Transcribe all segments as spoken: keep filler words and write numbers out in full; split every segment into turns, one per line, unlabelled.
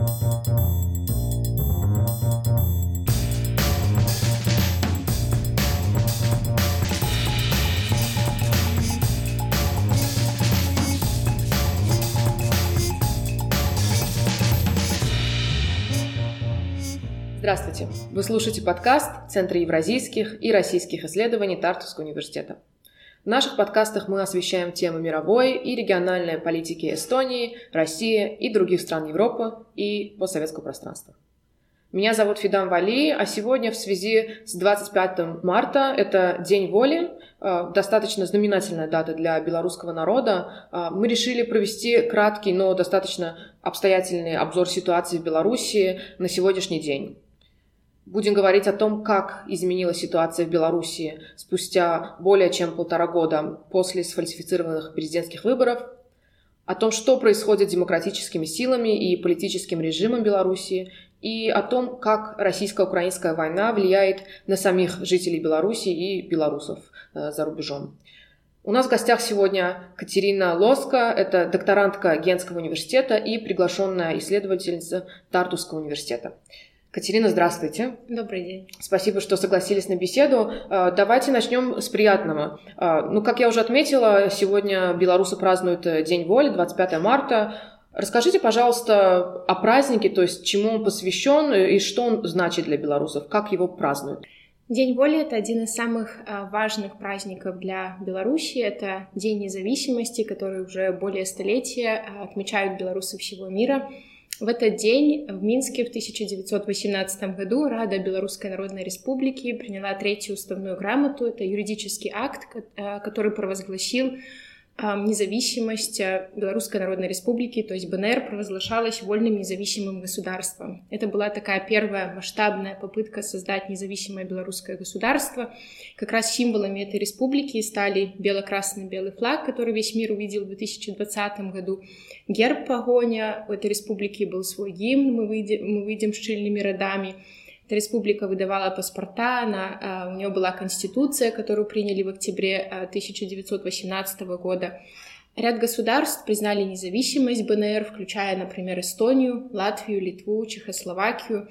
Здравствуйте! Вы слушаете подкаст Центра евразийских и российских исследований Тартуского университета. В наших подкастах мы освещаем темы мировой и региональной политики Эстонии, России и других стран Европы и постсоветского пространства. Меня зовут Фидан Вали, а сегодня в связи с двадцать пятым марта, это День воли, достаточно знаменательная дата для белорусского народа, мы решили провести краткий, но достаточно обстоятельный обзор ситуации в Беларуси на сегодняшний день. Будем говорить о том, как изменилась ситуация в Беларуси спустя более чем полтора года после сфальсифицированных президентских выборов, о том, что происходит с демократическими силами и политическим режимом Беларуси, и о том, как российско-украинская война влияет на самих жителей Беларуси и белорусов э, за рубежом. У нас в гостях сегодня Катерина Лоска, это докторантка Генского университета и приглашенная исследовательница Тартуского университета. Катерина, здравствуйте.
Добрый день.
Спасибо, что согласились на беседу. Давайте начнем с приятного. Ну, как я уже отметила, сегодня белорусы празднуют День воли, двадцать пятое марта. Расскажите, пожалуйста, о празднике, то есть чему он посвящен и что он значит для белорусов, как его празднуют.
День воли — это один из самых важных праздников для Беларуси. Это День независимости, который уже более столетия отмечают белорусы всего мира. В этот день в Минске в тысяча девятьсот восемнадцатом году Рада Белорусской Народной Республики приняла третью уставную грамоту. Это юридический акт, который провозгласил независимость Белорусской Народной Республики, то есть БНР провозглашалась вольным независимым государством. Это была такая первая масштабная попытка создать независимое белорусское государство. Как раз символами этой республики стали бело-красный-белый флаг, который весь мир увидел в две тысячи двадцатом году, герб погоня, у этой республики был свой гимн, мы видим, мы видим с чильными родами. Эта республика выдавала паспорта, она, у нее была конституция, которую приняли в октябре тысяча девятьсот восемнадцатого года. Ряд государств признали независимость БНР, включая, например, Эстонию, Латвию, Литву, Чехословакию.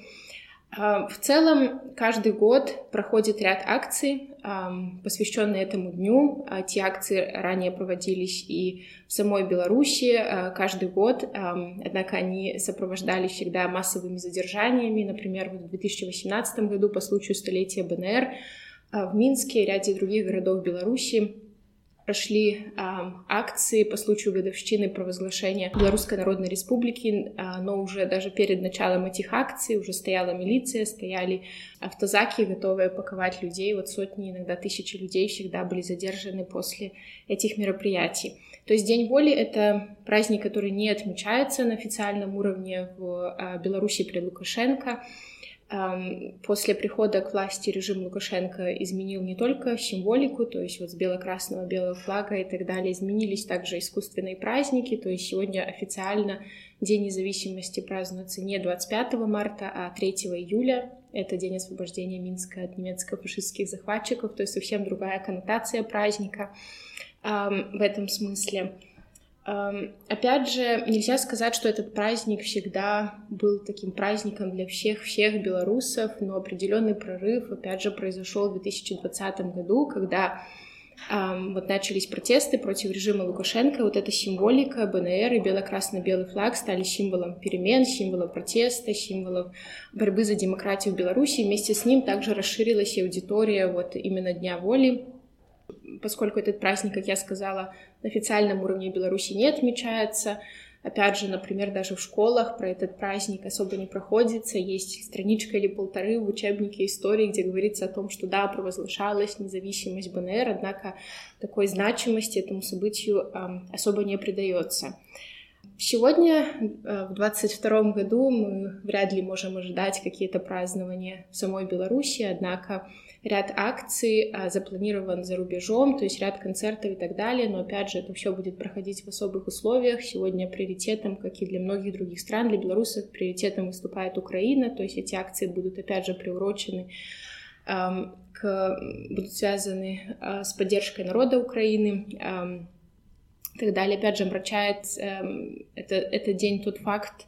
В целом, каждый год проходит ряд акций, посвященные этому дню. Эти акции ранее проводились и в самой Беларуси каждый год, однако они сопровождались всегда массовыми задержаниями. Например, в две тысячи восемнадцатом году по случаю столетия БНР в Минске и ряде других городов Беларуси прошли э, акции по случаю годовщины провозглашения Белорусской Народной Республики, э, но уже даже перед началом этих акций уже стояла милиция, стояли автозаки, готовые паковать людей. Вот сотни, иногда тысячи людей всегда были задержаны после этих мероприятий. То есть День воли — это праздник, который не отмечается на официальном уровне в э, Беларуси при Лукашенко. После прихода к власти режим Лукашенко изменил не только символику, то есть вот с бело-красного, белого флага и так далее, изменились также искусственные праздники, то есть сегодня официально День независимости празднуется не двадцать пятого марта, а третьего июля. Это день освобождения Минска от немецко-фашистских захватчиков, то есть совсем другая коннотация праздника в этом смысле. Опять же, нельзя сказать, что этот праздник всегда был таким праздником для всех-всех белорусов, но определенный прорыв, опять же, произошел в две тысячи двадцатом году, когда эм, вот начались протесты против режима Лукашенко. Вот эта символика БНР и бело-красно-белый флаг стали символом перемен, символом протеста, символом борьбы за демократию в Беларуси. Вместе с ним также расширилась и аудитория вот именно Дня воли. Поскольку этот праздник, как я сказала, на официальном уровне Беларуси не отмечается, опять же, например, даже в школах про этот праздник особо не проходится, есть страничка или полторы в учебнике истории, где говорится о том, что да, провозглашалась независимость БНР, однако такой значимости этому событию э, особо не придается. Сегодня, в двадцать втором году, мы вряд ли можем ожидать какие-то празднования в самой Беларуси, однако ряд акций запланирован за рубежом, то есть ряд концертов и так далее, но опять же это все будет проходить в особых условиях. Сегодня приоритетом, как и для многих других стран, для белорусов приоритетом выступает Украина, то есть эти акции будут опять же приурочены, эм, к, будут связаны э, с поддержкой народа Украины. Эм, и так далее. Опять же, омрачает э, это, этот день тот факт,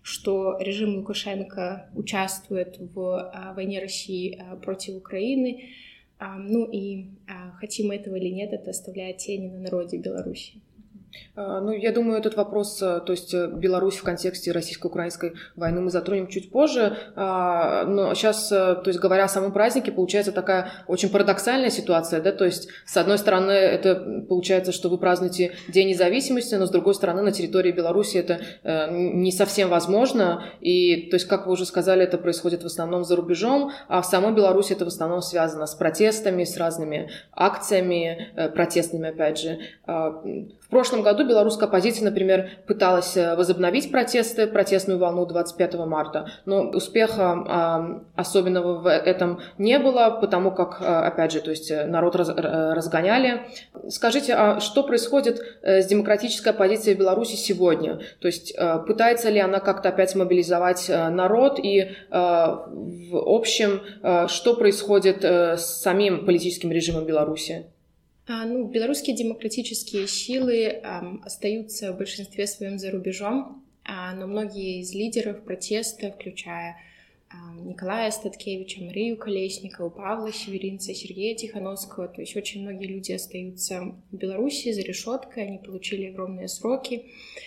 что режим Лукашенко участвует в войне России против Украины. Ну и хотим мы этого или нет, это оставляет тени на народе Беларуси.
Ну, я думаю, этот вопрос, то есть Беларусь в контексте российско-украинской войны мы затронем чуть позже, но сейчас, то есть говоря о самом празднике, получается такая очень парадоксальная ситуация, да, то есть с одной стороны это получается, что вы празднуете День независимости, но с другой стороны на территории Беларуси это не совсем возможно, и, то есть, как вы уже сказали, это происходит в основном за рубежом, а в самой Беларуси это в основном связано с протестами, с разными акциями протестными, опять же. В прошлом году белорусская оппозиция, например, пыталась возобновить протесты, протестную волну двадцать пятого марта, но успеха особенного в этом не было, потому как, опять же, то есть народ разгоняли. Скажите, а что происходит с демократической оппозицией в Беларуси сегодня? То есть пытается ли она как-то опять мобилизовать народ? И в общем, что происходит с самим политическим режимом Беларуси?
Ну, белорусские демократические силы э, остаются в большинстве своем за рубежом, э, но многие из лидеров протеста, включая э, Николая Статкевича, Марию Колесникову, Павла Северинца, Сергея Тихановского, то есть очень многие люди остаются в Беларуси за решеткой, они получили огромные сроки.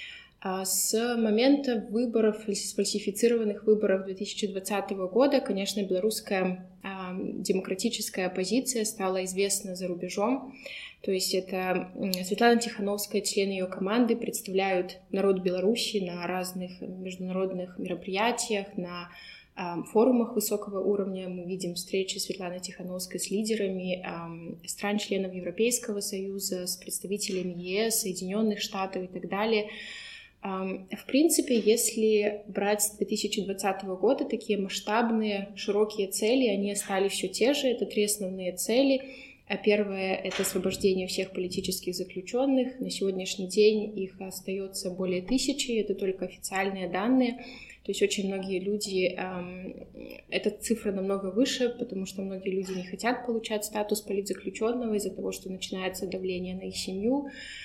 С момента выборов, сфальсифицированных выборов две тысячи двадцатого года, конечно, белорусская э, демократическая оппозиция стала известна за рубежом. То есть это Светлана Тихановская, члены ее команды представляют народ Беларуси на разных международных мероприятиях, на э, форумах высокого уровня. Мы видим встречи Светланы Тихановской с лидерами э, стран-членов Европейского Союза, с представителями ЕС, Соединенных Штатов и так далее. В принципе, если брать с две тысячи двадцатого года, такие масштабные, широкие цели, они остались все те же. Это три основные цели. Первое — это освобождение всех политических заключенных. На сегодняшний день их остается более тысячи, это только официальные данные. То есть очень многие люди, эм, эта цифра намного выше, потому что многие люди не хотят получать статус политзаключенного из-за того, что начинается давление на их семью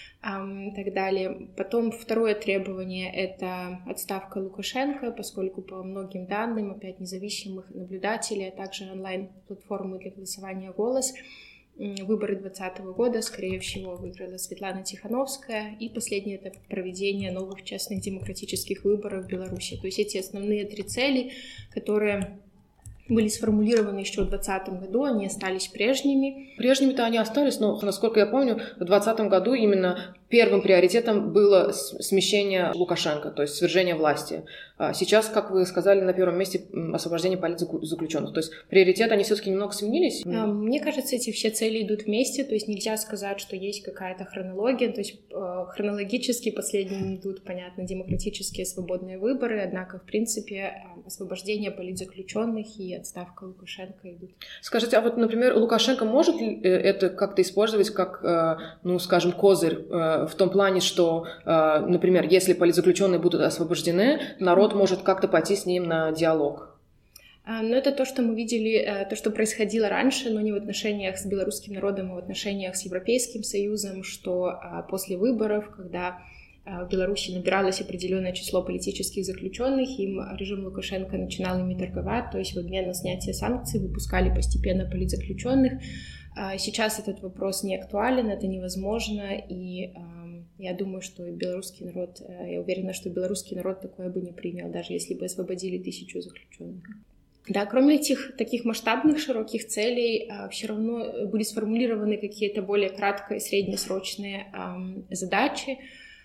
и так далее. Потом второе требование — это отставка Лукашенко, поскольку по многим данным, опять независимых наблюдателей, а также онлайн-платформы для голосования «Голос», выборы двадцатого года, скорее всего, выиграла Светлана Тихановская. И последнее — это проведение новых честных демократических выборов в Беларуси. То есть эти основные три цели, которые были сформулированы еще в двадцатом году, они остались прежними.
Прежними-то они остались, но, насколько я помню, в двадцатом году именно первым приоритетом было смещение Лукашенко, то есть свержение власти. Сейчас, как вы сказали, на первом месте освобождение политзаключенных. То есть приоритеты, они все-таки немного сменились?
Мне кажется, эти все цели идут вместе, то есть нельзя сказать, что есть какая-то хронология, то есть хронологически последними идут, понятно, демократические свободные выборы, однако, в принципе, освобождение политзаключенных и отставка Лукашенко идут.
Скажите, а вот, например, Лукашенко может ли это как-то использовать как, ну, скажем, козырь в том плане, что, например, если политзаключенные будут освобождены, народ может как-то пойти с ним на диалог?
Но это то, что мы видели, то, что происходило раньше, но не в отношениях с белорусским народом, а в отношениях с Европейским Союзом, что после выборов, когда в Беларуси набиралось определенное число политических заключенных, им режим Лукашенко начинал ими торговать, то есть в обмен на снятие санкций выпускали постепенно политзаключенных. Сейчас этот вопрос не актуален, это невозможно, и я думаю, что белорусский народ, я уверена, что белорусский народ такое бы не принял, даже если бы освободили тысячу заключенных. Да, кроме этих таких масштабных широких целей, все равно были сформулированы какие-то более кратко- и среднесрочные задачи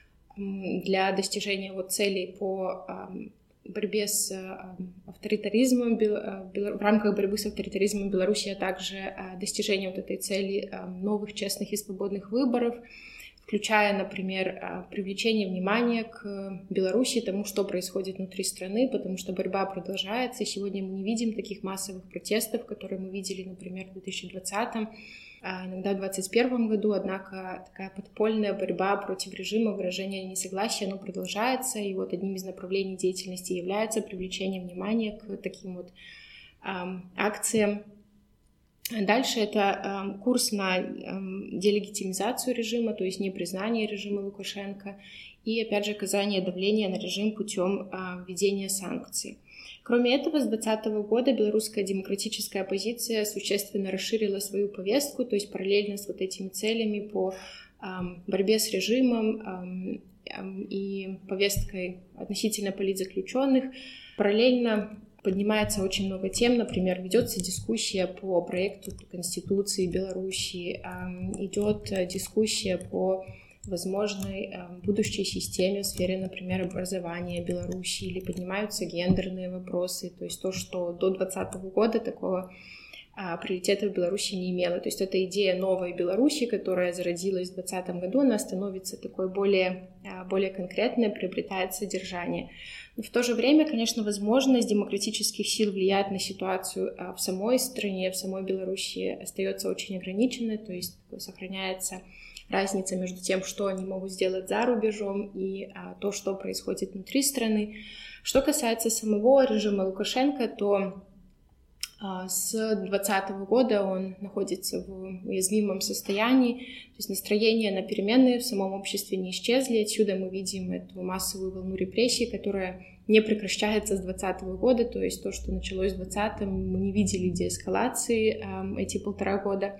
для достижения вот целей по борьбе с авторитаризмом, в рамках борьбы с авторитаризмом в Беларуси, а также достижения вот этой цели новых, честных и свободных выборов, включая, например, привлечение внимания к Беларуси, тому, что происходит внутри страны, потому что борьба продолжается. Сегодня мы не видим таких массовых протестов, которые мы видели, например, в две тысячи двадцатом, а иногда в две тысячи двадцать первом году, однако такая подпольная борьба против режима, выражение несогласия, оно продолжается, и вот одним из направлений деятельности является привлечение внимания к таким вот эм, акциям. Дальше это э, курс на э, делегитимизацию режима, то есть непризнание режима Лукашенко и, опять же, оказание давления на режим путем а, введения санкций. Кроме этого, с две тысячи двадцатого года белорусская демократическая оппозиция существенно расширила свою повестку, то есть параллельно с вот этими целями по а, борьбе с режимом а, и повесткой относительно политзаключенных, параллельно поднимается очень много тем, например, ведется дискуссия по проекту Конституции Беларуси, идет дискуссия по возможной будущей системе в сфере, например, образования Беларуси, или поднимаются гендерные вопросы, то есть то, что до двадцатого года такого а, приоритета в Беларуси не имело. То есть эта идея новой Беларуси, которая зародилась в двадцатом году, она становится такой более, более конкретной, приобретает содержание. Но в то же время, конечно, возможность демократических сил влиять на ситуацию в самой стране, в самой Беларуси остается очень ограниченной, то есть сохраняется разница между тем, что они могут сделать за рубежом, и а, то, что происходит внутри страны. Что касается самого режима Лукашенко, то а, с двадцатого года он находится в уязвимом состоянии, то есть настроения на перемены в самом обществе не исчезли. Отсюда мы видим эту массовую волну репрессий, которая не прекращается с двадцатого года, то есть то, что началось в двадцатом, мы не видели деэскалации а, эти полтора года.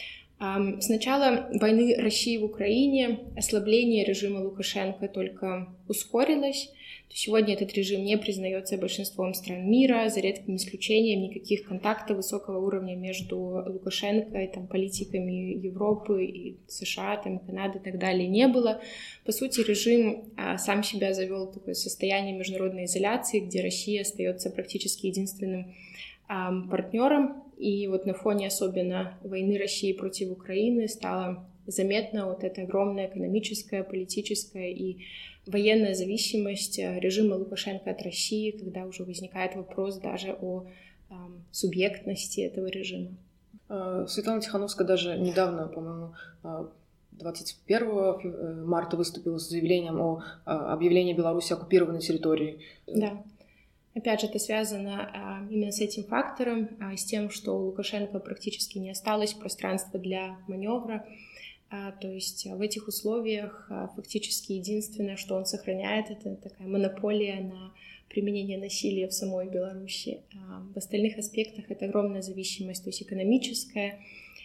С начала войны России в Украине ослабление режима Лукашенко только ускорилось. Сегодня этот режим не признается большинством стран мира, за редким исключением никаких контактов высокого уровня между Лукашенко и там, политиками Европы и США, там, Канады и так далее не было. По сути, режим а, сам себя завел в такое состояние международной изоляции, где Россия остается практически единственным а, партнером. И вот на фоне особенно войны России против Украины стало заметно вот эта огромная экономическая, политическая и военная зависимость режима Лукашенко от России, когда уже возникает вопрос даже о э, субъектности этого режима.
Светлана Тихановская даже недавно, по-моему, двадцать первого марта выступила с заявлением о объявлении Беларуси оккупированной территорией.
Да. Опять же, это связано а, именно с этим фактором, а, с тем, что у Лукашенко практически не осталось пространства для маневра. А, то есть в этих условиях а, фактически единственное, что он сохраняет, это такая монополия на применение насилия в самой Беларуси. А, в остальных аспектах это огромная зависимость, то есть экономическая,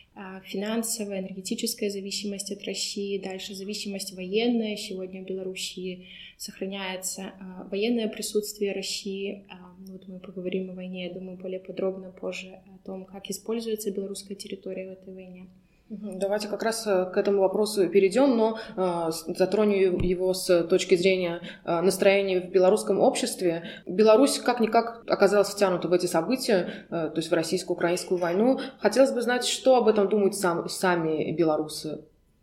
финансовая, энергетическая зависимость от России, дальше зависимость военная. Сегодня в Белоруссии сохраняется военное присутствие России. Вот мы поговорим о войне, я думаю, более подробно позже о том, как используется белорусская территория в этой войне.
Давайте как раз к этому вопросу перейдем, но э, затронем его с точки зрения э, настроения в белорусском обществе. Беларусь как-никак оказалась втянута в эти события, э, то есть в российско-украинскую войну. Хотелось бы знать, что об этом думают сам, сами белорусы.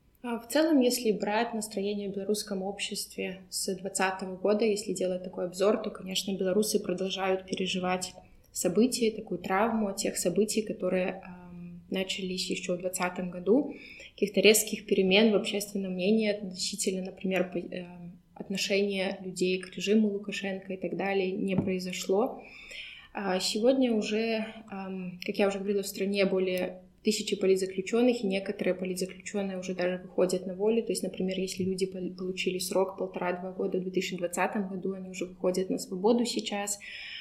В целом, если брать настроение в белорусском обществе с двадцатого года, если делать такой обзор, то, конечно, белорусы продолжают переживать события, такую травму от тех событий, которые начались еще в двадцатом году, каких-то резких перемен в общественном мнении относительно, например, отношения людей к режиму Лукашенко и так далее не произошло. Сегодня уже, как я уже говорила, в стране более тысячи политзаключенных, и некоторые политзаключенные уже даже выходят на волю. То есть, например, если люди получили срок полтора-два года в две тысячи двадцатом году, они уже выходят на свободу сейчас.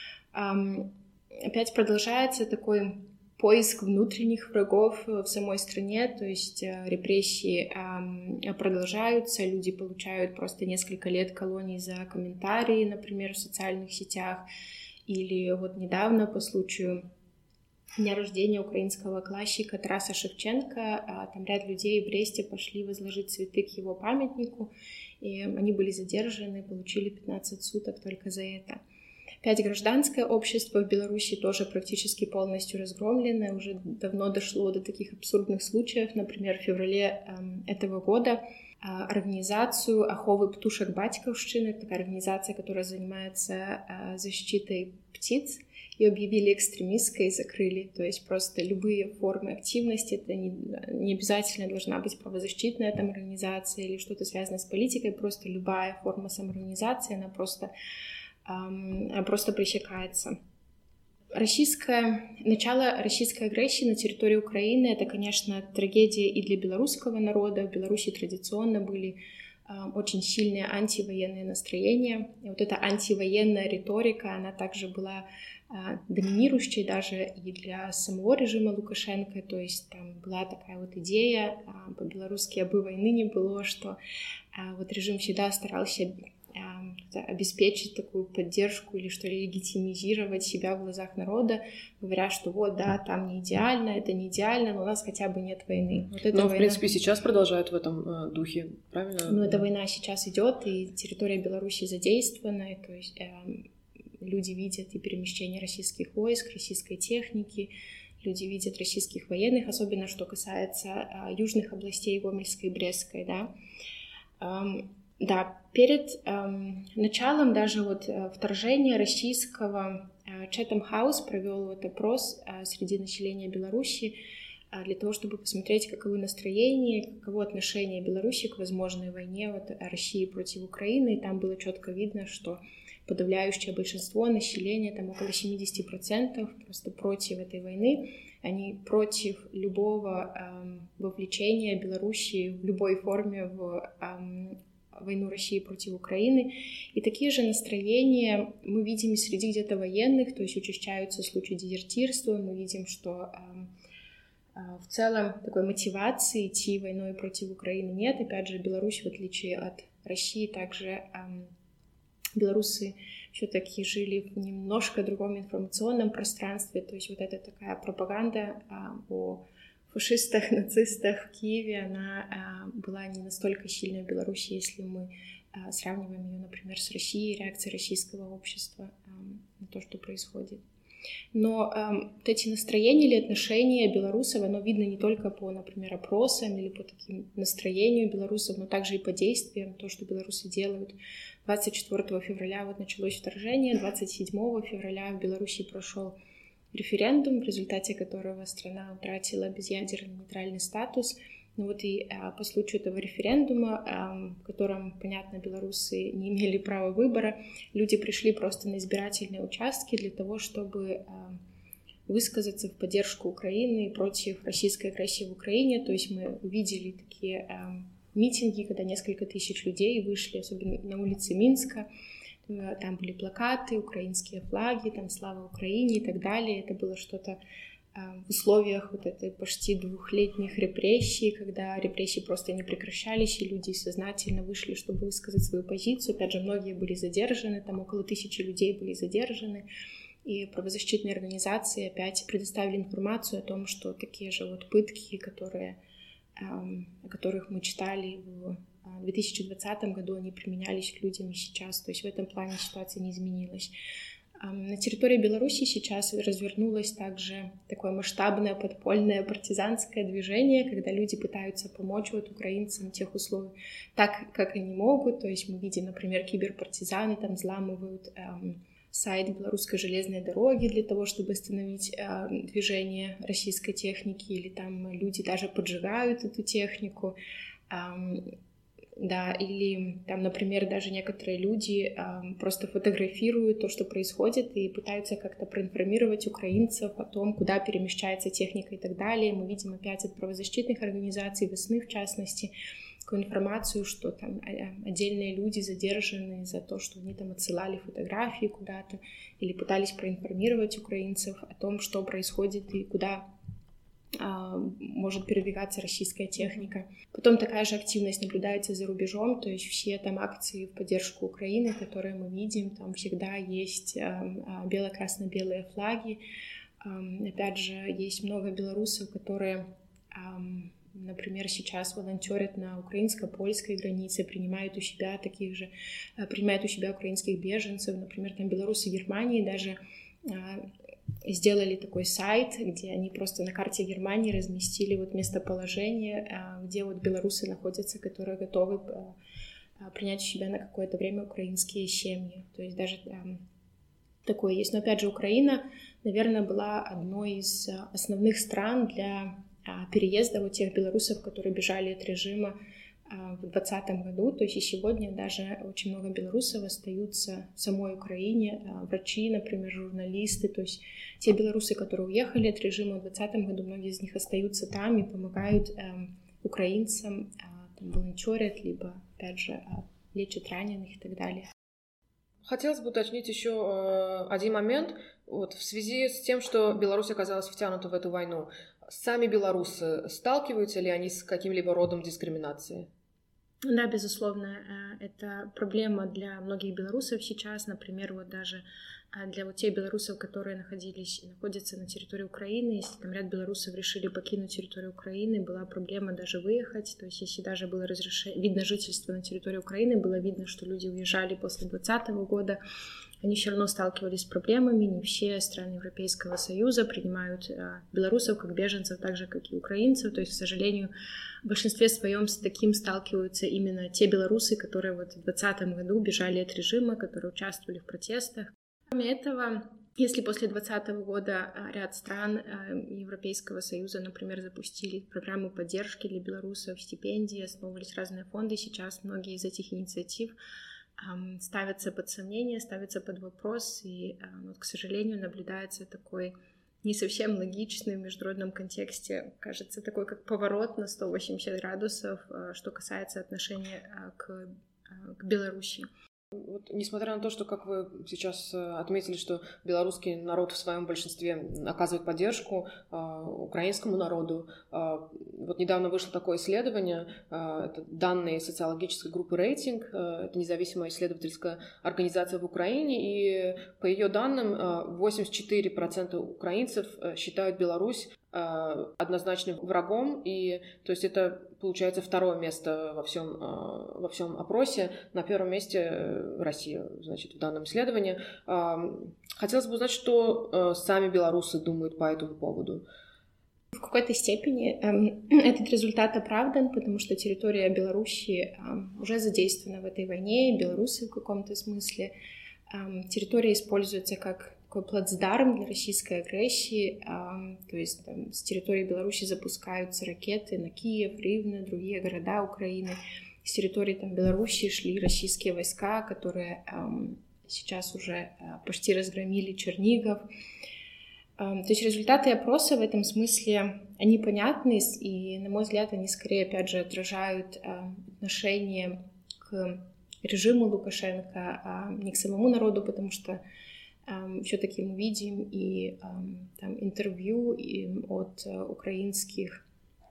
Опять продолжается такой поиск внутренних врагов в самой стране, то есть репрессии продолжаются, люди получают просто несколько лет колоний за комментарии, например, в социальных сетях, или вот недавно по случаю дня рождения украинского классика Тараса Шевченко, там ряд людей в Бресте пошли возложить цветы к его памятнику, и они были задержаны, получили пятнадцать суток только за это. Опять гражданское общество в Беларуси тоже практически полностью разгромлено. Уже давно дошло до таких абсурдных случаев. Например, в феврале э, этого года э, организацию «Аховы птушек Батьковщины», такая организация, которая занимается э, защитой птиц, ее объявили экстремистской и закрыли. То есть просто любые формы активности, это не, не обязательно должна быть правозащитная там организация или что-то связанное с политикой, просто любая форма самоорганизации, она просто... просто пресекается. Российское, начало российской агрессии на территории Украины — это, конечно, трагедия и для белорусского народа. В Беларуси традиционно были очень сильное антивоенное настроение. И вот эта антивоенная риторика, она также была доминирующей даже и для самого режима Лукашенко. То есть там была такая вот идея, по-белорусски «абы войны не было», что вот режим всегда старался обеспечить такую поддержку или что ли легитимизировать себя в глазах народа, говоря, что вот, да, там не идеально, это не идеально, но у нас хотя бы нет войны. Вот
но,
война...
в принципе, сейчас продолжают в этом э, духе, правильно?
Но эта война сейчас идет, и территория Беларуси задействована, и, то есть э, люди видят и перемещение российских войск, российской техники, люди видят российских военных, особенно что касается э, южных областей Гомельской и Брестской, да. Эм, Да, перед эм, началом даже вот э, вторжения российского э, Chatham House провел вот опрос э, среди населения Беларуси э, для того, чтобы посмотреть, каковы настроения, каково отношение Беларуси к возможной войне вот, России против Украины. И там было четко видно, что подавляющее большинство населения, там около семьдесят процентов, просто против этой войны. Они против любого эм, вовлечения Беларуси в любой форме в эм, войну России против Украины. И такие же настроения мы видим и среди где-то военных, то есть учащаются случаи дезертирства, мы видим, что э, э, в целом такой мотивации идти войной против Украины нет. Опять же, Беларусь, в отличие от России, также э, белорусы все-таки жили в немножко другом информационном пространстве, то есть вот эта такая пропаганда э, о фашистах, нацистах в Киеве, она а, была не настолько сильной в Беларуси, если мы а, сравниваем ее, например, с Россией, реакцией российского общества а, на то, что происходит. Но а, вот эти настроения или отношения белорусов, оно видно не только по, например, опросам или по таким настроению белорусов, но также и по действиям, то, что белорусы делают. двадцать четвёртого февраля вот началось вторжение, двадцать седьмого февраля в Беларуси прошел референдум, в результате которого страна утратила безъядерный нейтральный статус. Ну вот и а, по случаю этого референдума, а, в котором, понятно, белорусы не имели права выбора, люди пришли просто на избирательные участки для того, чтобы а, высказаться в поддержку Украины против российской агрессии в Украине. То есть мы увидели такие а, митинги, когда несколько тысяч людей вышли, особенно на улице Минска. Там были плакаты, украинские флаги, там «Слава Украине» и так далее. Это было что-то в условиях вот этой почти двухлетних репрессий, когда репрессии просто не прекращались, и люди сознательно вышли, чтобы высказать свою позицию. Опять же, многие были задержаны, там около тысячи людей были задержаны. И правозащитные организации опять предоставили информацию о том, что такие же вот пытки, которые, о которых мы читали в в две тысячи двадцатом году, они применялись к людям и сейчас. То есть в этом плане ситуация не изменилась. На территории Беларуси сейчас развернулось также такое масштабное подпольное партизанское движение, когда люди пытаются помочь вот украинцам тех условий так, как они могут. То есть мы видим, например, киберпартизаны там взламывают эм, сайт белорусской железной дороги для того, чтобы остановить э, движение российской техники, или там люди даже поджигают эту технику. Эм, Да, или там, например, даже некоторые люди э, просто фотографируют то, что происходит, и пытаются как-то проинформировать украинцев о том, куда перемещается техника и так далее. Мы видим опять от правозащитных организаций, весны в частности, такую информацию, что там отдельные люди задержаны за то, что они там отсылали фотографии куда-то, или пытались проинформировать украинцев о том, что происходит и куда может передвигаться российская техника. Потом такая же активность наблюдается за рубежом, то есть все там акции в поддержку Украины, которые мы видим, там всегда есть бело-красно-белые флаги. Опять же, есть много белорусов, которые, например, сейчас волонтерят на украинско-польской границе, принимают у себя таких же, принимают у себя украинских беженцев, например, там белорусы в Германии даже сделали такой сайт, где они просто на карте Германии разместили вот местоположение, где вот белорусы находятся, которые готовы принять у себя на какое-то время украинские семьи. То есть даже такое есть. Но опять же, Украина, наверное, была одной из основных стран для переезда вот тех белорусов, которые бежали от режима в двадцатом году, то есть и сегодня даже очень много белорусов остаются в самой Украине, врачи, например, журналисты, то есть те белорусы, которые уехали от режима в двадцатом году, многие из них остаются там и помогают э, украинцам, э, там, волонтерят, либо опять же, лечат раненых и так далее.
Хотелось бы уточнить еще э, один момент. Вот, в связи с тем, что Беларусь оказалась втянута в эту войну, сами белорусы сталкиваются ли они с каким-либо родом дискриминации?
Да, безусловно, это проблема для многих белорусов сейчас, например, вот даже для вот тех белорусов, которые находились, находятся на территории Украины, если там ряд белорусов решили покинуть территорию Украины, была проблема даже выехать, то есть если даже было разрешение, видно жительство на территории Украины, было видно, что люди уезжали после двадцатого года, они все равно сталкивались с проблемами. Не все страны Европейского Союза принимают белорусов как беженцев, так же, как и украинцев. То есть, к сожалению, в большинстве своем с таким сталкиваются именно те белорусы, которые вот в двадцатом году бежали от режима, которые участвовали в протестах. Кроме этого, если после двадцатого года ряд стран Европейского Союза, например, запустили программы поддержки для белорусов, стипендии, основывались разные фонды, сейчас многие из этих инициатив ставятся под сомнение, ставятся под вопрос, и, вот, к сожалению, наблюдается такой не совсем логичный в международном контексте, кажется, такой как поворот на сто восемьдесят градусов, что касается отношения к, к Беларуси.
Вот, несмотря на то, что, как вы сейчас отметили, что белорусский народ в своем большинстве оказывает поддержку э, украинскому народу, э, вот недавно вышло такое исследование, э, это данные социологической группы «Рейтинг», э, это независимая исследовательская организация в Украине, и по ее данным э, восемьдесят четыре процента украинцев считают Беларусь однозначным врагом, и то есть это получается второе место во всем, во всем опросе. На первом месте Россия, значит, в данном исследовании. Хотелось бы узнать, что сами белорусы думают по этому поводу.
В какой-то степени этот результат оправдан, потому что территория Беларуси уже задействована в этой войне, белорусы в каком-то смысле. Территория используется как такой плацдарм для российской агрессии, то есть там, с территории Беларуси запускаются ракеты на Киев, Ривно, другие города Украины. С территории там, Беларуси шли российские войска, которые сейчас уже почти разгромили Чернигов. То есть результаты опроса в этом смысле, они понятны, и, на мой взгляд, они скорее, опять же, отражают отношение к режиму Лукашенко, а не к самому народу, потому что um, все-таки мы видим и um, там, интервью и от uh, украинских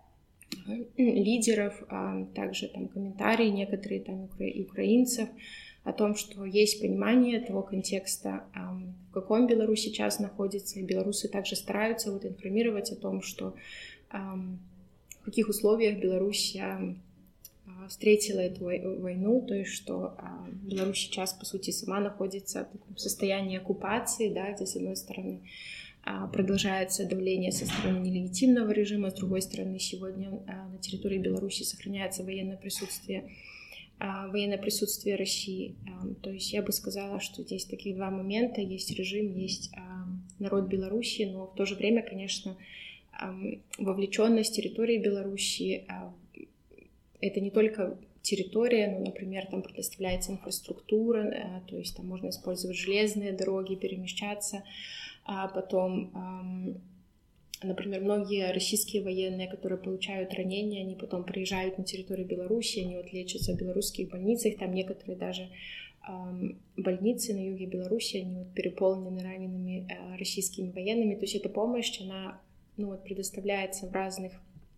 uh, лидеров, а также там, комментарии некоторые там, укра- украинцев о том, что есть понимание того контекста, um, в каком Беларусь сейчас находится, и белорусы также стараются вот, информировать о том, что um, в каких условиях Беларусь um, встретила эту войну, то есть что а, Беларусь сейчас, по сути, сама находится в таком состоянии оккупации, да, где, с одной стороны, а, продолжается давление со стороны нелегитимного режима, с другой стороны, сегодня а, на территории Беларуси сохраняется военное присутствие, а, военное присутствие России. А, то есть я бы сказала, что здесь таких два момента, есть режим, есть а, народ Беларуси, но в то же время, конечно, а, вовлеченность территории Беларуси а, это не только территория, но, например, там предоставляется инфраструктура, то есть там можно использовать железные дороги, перемещаться. А потом, например, многие российские военные, которые получают ранения, они потом приезжают на территорию Беларуси, они вот лечатся в белорусских больницах, там некоторые даже больницы на юге Беларуси, они вот переполнены ранеными российскими военными. То есть эта помощь, она ну, вот, предоставляется в разных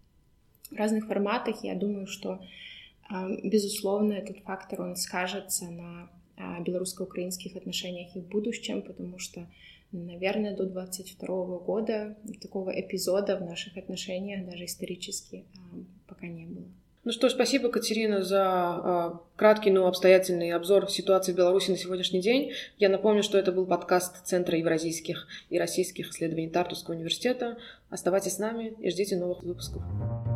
В разных форматах. Я думаю, что, безусловно, этот фактор, он скажется на белорусско-украинских отношениях и в будущем, потому что, наверное, до двадцать второго года такого эпизода в наших отношениях, даже исторически, пока не было.
Ну что ж, спасибо, Катерина, за э, краткий, но обстоятельный обзор ситуации в Беларуси на сегодняшний день. Я напомню, что это был подкаст Центра евразийских и российских исследований Тартуского университета. Оставайтесь с нами и ждите новых выпусков.